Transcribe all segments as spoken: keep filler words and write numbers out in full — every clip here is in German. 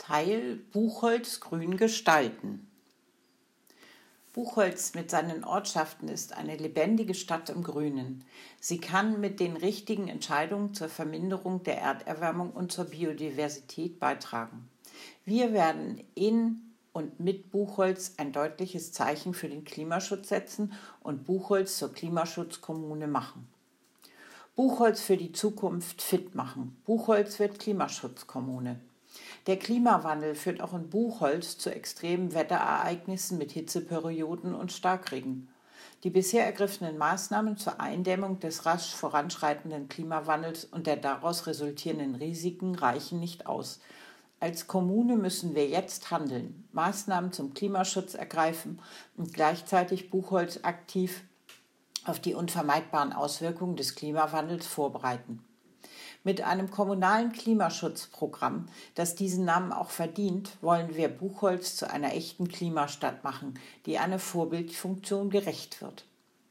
Teil Buchholz grün gestalten. Buchholz mit seinen Ortschaften ist eine lebendige Stadt im Grünen. Sie kann mit den richtigen Entscheidungen zur Verminderung der Erderwärmung und zur Biodiversität beitragen. Wir werden in und mit Buchholz ein deutliches Zeichen für den Klimaschutz setzen und Buchholz zur Klimaschutzkommune machen. Buchholz für die Zukunft fit machen. Buchholz wird Klimaschutzkommune. Der Klimawandel führt auch in Buchholz zu extremen Wetterereignissen mit Hitzeperioden und Starkregen. Die bisher ergriffenen Maßnahmen zur Eindämmung des rasch voranschreitenden Klimawandels und der daraus resultierenden Risiken reichen nicht aus. Als Kommune müssen wir jetzt handeln, Maßnahmen zum Klimaschutz ergreifen und gleichzeitig Buchholz aktiv auf die unvermeidbaren Auswirkungen des Klimawandels vorbereiten. Mit einem kommunalen Klimaschutzprogramm, das diesen Namen auch verdient, wollen wir Buchholz zu einer echten Klimastadt machen, die einer Vorbildfunktion gerecht wird.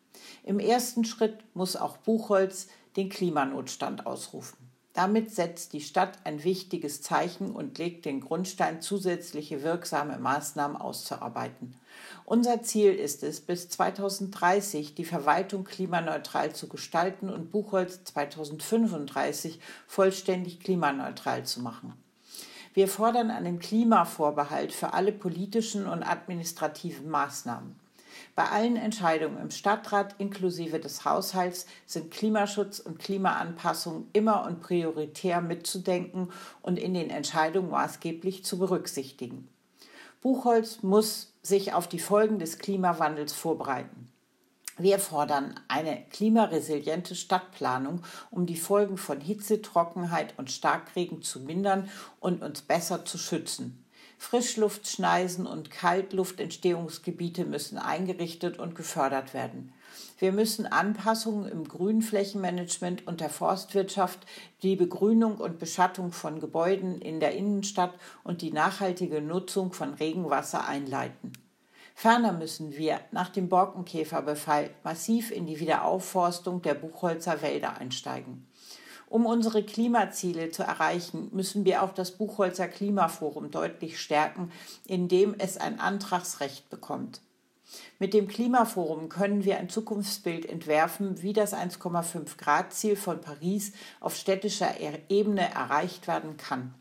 Im ersten Schritt muss auch Buchholz den Klimanotstand ausrufen. Damit setzt die Stadt ein wichtiges Zeichen und legt den Grundstein, zusätzliche wirksame Maßnahmen auszuarbeiten. Unser Ziel ist es, bis zweitausenddreißig die Verwaltung klimaneutral zu gestalten und Buchholz zweitausendfünfunddreißig vollständig klimaneutral zu machen. Wir fordern einen Klimavorbehalt für alle politischen und administrativen Maßnahmen. Bei allen Entscheidungen im Stadtrat inklusive des Haushalts sind Klimaschutz und Klimaanpassung immer und prioritär mitzudenken und in den Entscheidungen maßgeblich zu berücksichtigen. Buchholz muss sich auf die Folgen des Klimawandels vorbereiten. Wir fordern eine klimaresiliente Stadtplanung, um die Folgen von Hitze, Trockenheit und Starkregen zu mindern und uns besser zu schützen. Frischluftschneisen und Kaltluftentstehungsgebiete müssen eingerichtet und gefördert werden. Wir müssen Anpassungen im Grünflächenmanagement und der Forstwirtschaft, die Begrünung und Beschattung von Gebäuden in der Innenstadt und die nachhaltige Nutzung von Regenwasser einleiten. Ferner müssen wir nach dem Borkenkäferbefall massiv in die Wiederaufforstung der Buchholzer Wälder einsteigen. Um unsere Klimaziele zu erreichen, müssen wir auch das Buchholzer Klimaforum deutlich stärken, indem es ein Antragsrecht bekommt. Mit dem Klimaforum können wir ein Zukunftsbild entwerfen, wie das eins Komma fünf Grad Ziel von Paris auf städtischer Ebene erreicht werden kann.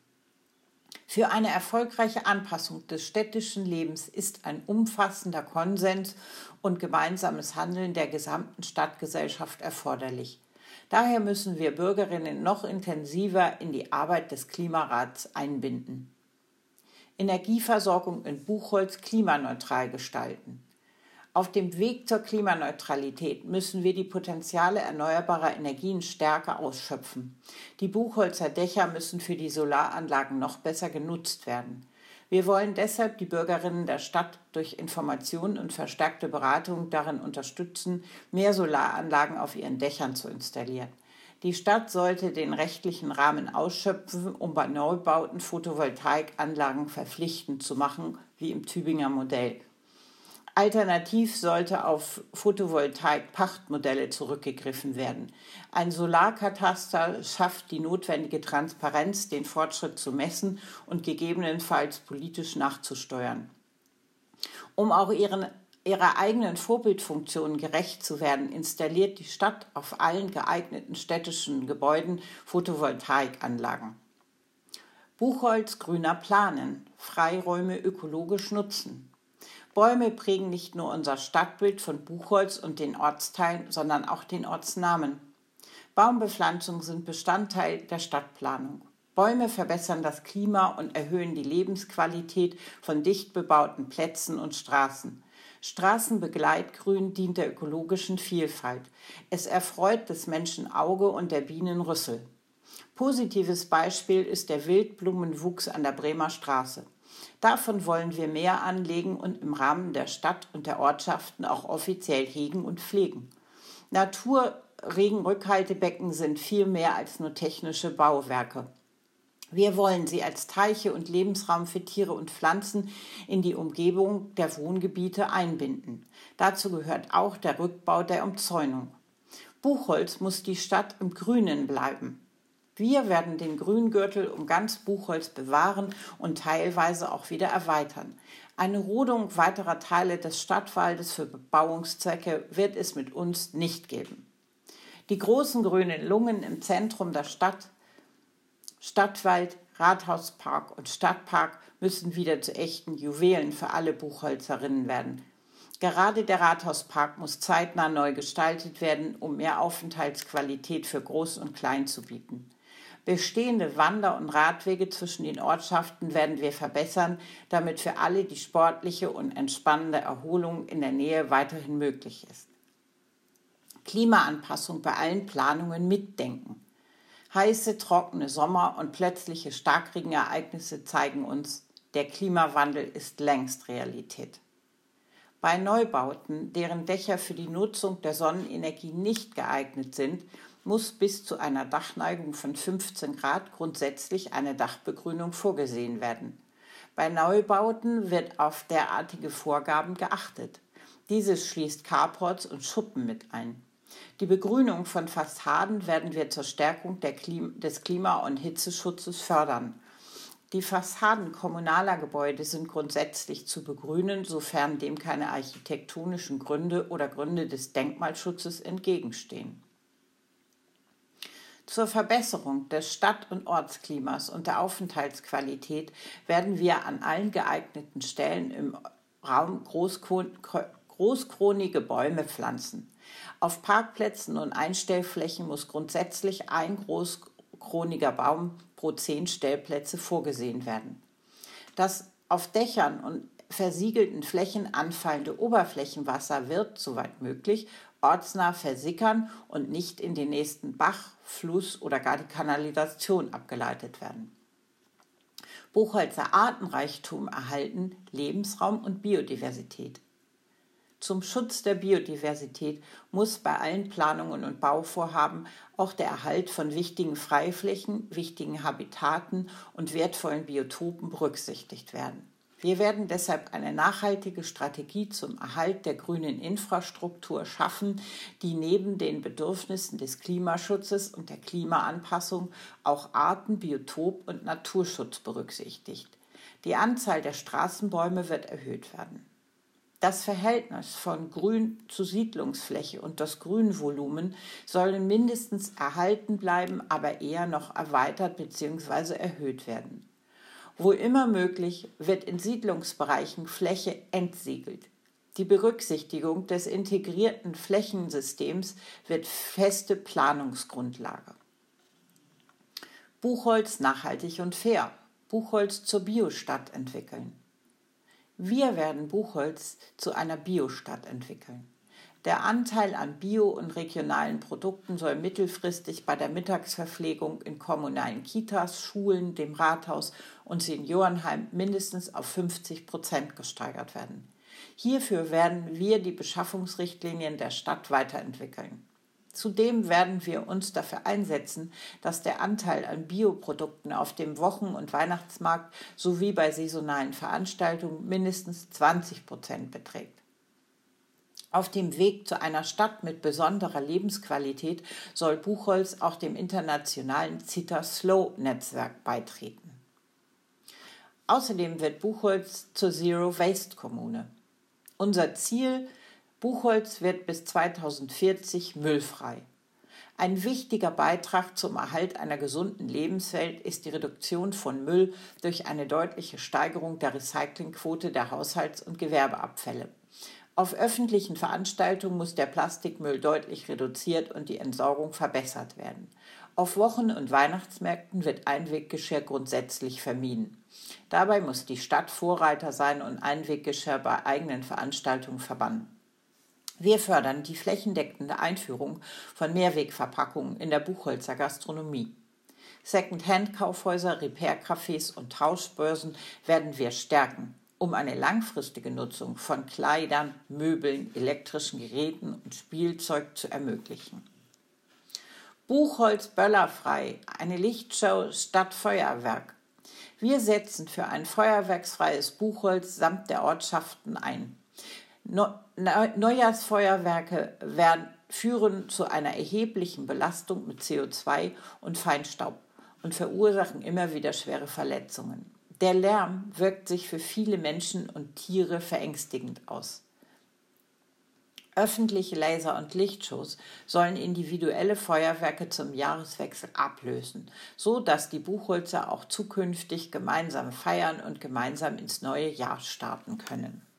Für eine erfolgreiche Anpassung des städtischen Lebens ist ein umfassender Konsens und gemeinsames Handeln der gesamten Stadtgesellschaft erforderlich. Daher müssen wir Bürgerinnen noch intensiver in die Arbeit des Klimarats einbinden. Energieversorgung in Buchholz klimaneutral gestalten. Auf dem Weg zur Klimaneutralität müssen wir die Potenziale erneuerbarer Energien stärker ausschöpfen. Die Buchholzer Dächer müssen für die Solaranlagen noch besser genutzt werden. Wir wollen deshalb die Bürgerinnen der Stadt durch Informationen und verstärkte Beratung darin unterstützen, mehr Solaranlagen auf ihren Dächern zu installieren. Die Stadt sollte den rechtlichen Rahmen ausschöpfen, um bei Neubauten Photovoltaikanlagen verpflichtend zu machen, wie im Tübinger Modell. Alternativ sollte auf Photovoltaik-Pachtmodelle zurückgegriffen werden. Ein Solarkataster schafft die notwendige Transparenz, den Fortschritt zu messen und gegebenenfalls politisch nachzusteuern. Um auch ihren, ihrer eigenen Vorbildfunktion gerecht zu werden, installiert die Stadt auf allen geeigneten städtischen Gebäuden Photovoltaikanlagen. Buchholz grüner planen, Freiräume ökologisch nutzen. Bäume prägen nicht nur unser Stadtbild von Buchholz und den Ortsteilen, sondern auch den Ortsnamen. Baumbepflanzungen sind Bestandteil der Stadtplanung. Bäume verbessern das Klima und erhöhen die Lebensqualität von dicht bebauten Plätzen und Straßen. Straßenbegleitgrün dient der ökologischen Vielfalt. Es erfreut des Menschen Auge und der Bienen Rüssel. Positives Beispiel ist der Wildblumenwuchs an der Bremer Straße. Davon wollen wir mehr anlegen und im Rahmen der Stadt und der Ortschaften auch offiziell hegen und pflegen. Naturregenrückhaltebecken sind viel mehr als nur technische Bauwerke. Wir wollen sie als Teiche und Lebensraum für Tiere und Pflanzen in die Umgebung der Wohngebiete einbinden. Dazu gehört auch der Rückbau der Umzäunung. Buchholz muss die Stadt im Grünen bleiben. Wir werden den Grüngürtel um ganz Buchholz bewahren und teilweise auch wieder erweitern. Eine Rodung weiterer Teile des Stadtwaldes für Bebauungszwecke wird es mit uns nicht geben. Die großen grünen Lungen im Zentrum der Stadt, Stadtwald, Rathauspark und Stadtpark müssen wieder zu echten Juwelen für alle Buchholzerinnen werden. Gerade der Rathauspark muss zeitnah neu gestaltet werden, um mehr Aufenthaltsqualität für Groß und Klein zu bieten. Bestehende Wander- und Radwege zwischen den Ortschaften werden wir verbessern, damit für alle die sportliche und entspannende Erholung in der Nähe weiterhin möglich ist. Klimaanpassung bei allen Planungen mitdenken. Heiße, trockene Sommer und plötzliche Starkregenereignisse zeigen uns, der Klimawandel ist längst Realität. Bei Neubauten, deren Dächer für die Nutzung der Sonnenenergie nicht geeignet sind, muss bis zu einer Dachneigung von fünfzehn Grad grundsätzlich eine Dachbegrünung vorgesehen werden. Bei Neubauten wird auf derartige Vorgaben geachtet. Dieses schließt Carports und Schuppen mit ein. Die Begrünung von Fassaden werden wir zur Stärkung der Klim- des Klima- und Hitzeschutzes fördern. Die Fassaden kommunaler Gebäude sind grundsätzlich zu begrünen, sofern dem keine architektonischen Gründe oder Gründe des Denkmalschutzes entgegenstehen. Zur Verbesserung des Stadt- und Ortsklimas und der Aufenthaltsqualität werden wir an allen geeigneten Stellen im Raum großkron- großkronige Bäume pflanzen. Auf Parkplätzen und Einstellflächen muss grundsätzlich ein großkroniger Baum pro zehn Stellplätze vorgesehen werden. Das auf Dächern und versiegelten Flächen anfallende Oberflächenwasser wird, soweit möglich, ortsnah versickern und nicht in den nächsten Bach, Fluss oder gar die Kanalisation abgeleitet werden. Buchholzer Artenreichtum erhalten, Lebensraum und Biodiversität. Zum Schutz der Biodiversität muss bei allen Planungen und Bauvorhaben auch der Erhalt von wichtigen Freiflächen, wichtigen Habitaten und wertvollen Biotopen berücksichtigt werden. Wir werden deshalb eine nachhaltige Strategie zum Erhalt der grünen Infrastruktur schaffen, die neben den Bedürfnissen des Klimaschutzes und der Klimaanpassung auch Arten-, Biotop- und Naturschutz berücksichtigt. Die Anzahl der Straßenbäume wird erhöht werden. Das Verhältnis von Grün zu Siedlungsfläche und das Grünvolumen sollen mindestens erhalten bleiben, aber eher noch erweitert bzw. erhöht werden. Wo immer möglich, wird in Siedlungsbereichen Fläche entsiegelt. Die Berücksichtigung des integrierten Flächensystems wird feste Planungsgrundlage. Buchholz nachhaltig und fair. Buchholz zur Biostadt entwickeln. Wir werden Buchholz zu einer Biostadt entwickeln. Der Anteil an Bio- und regionalen Produkten soll mittelfristig bei der Mittagsverpflegung in kommunalen Kitas, Schulen, dem Rathaus und Seniorenheim mindestens auf fünfzig Prozent gesteigert werden. Hierfür werden wir die Beschaffungsrichtlinien der Stadt weiterentwickeln. Zudem werden wir uns dafür einsetzen, dass der Anteil an Bioprodukten auf dem Wochen- und Weihnachtsmarkt sowie bei saisonalen Veranstaltungen mindestens zwanzig Prozent beträgt. Auf dem Weg zu einer Stadt mit besonderer Lebensqualität soll Buchholz auch dem internationalen Zita-Slow-Netzwerk beitreten. Außerdem wird Buchholz zur Zero-Waste-Kommune. Unser Ziel: Buchholz wird bis zweitausendvierzig müllfrei. Ein wichtiger Beitrag zum Erhalt einer gesunden Lebenswelt ist die Reduktion von Müll durch eine deutliche Steigerung der Recyclingquote der Haushalts- und Gewerbeabfälle. Auf öffentlichen Veranstaltungen muss der Plastikmüll deutlich reduziert und die Entsorgung verbessert werden. Auf Wochen- und Weihnachtsmärkten wird Einweggeschirr grundsätzlich vermieden. Dabei muss die Stadt Vorreiter sein und Einweggeschirr bei eigenen Veranstaltungen verbannen. Wir fördern die flächendeckende Einführung von Mehrwegverpackungen in der Buchholzer Gastronomie. Second-Hand-Kaufhäuser, Repair-Cafés und Tauschbörsen werden wir stärken, um eine langfristige Nutzung von Kleidern, Möbeln, elektrischen Geräten und Spielzeug zu ermöglichen. Buchholz böllerfrei, eine Lichtshow statt Feuerwerk. Wir setzen für ein feuerwerksfreies Buchholz samt der Ortschaften ein. Neujahrsfeuerwerke werden, führen zu einer erheblichen Belastung mit C O zwei und Feinstaub. und verursachen immer wieder schwere Verletzungen. Der Lärm wirkt sich für viele Menschen und Tiere verängstigend aus. Öffentliche Laser- und Lichtshows sollen individuelle Feuerwerke zum Jahreswechsel ablösen, so dass die Buchholzer auch zukünftig gemeinsam feiern und gemeinsam ins neue Jahr starten können.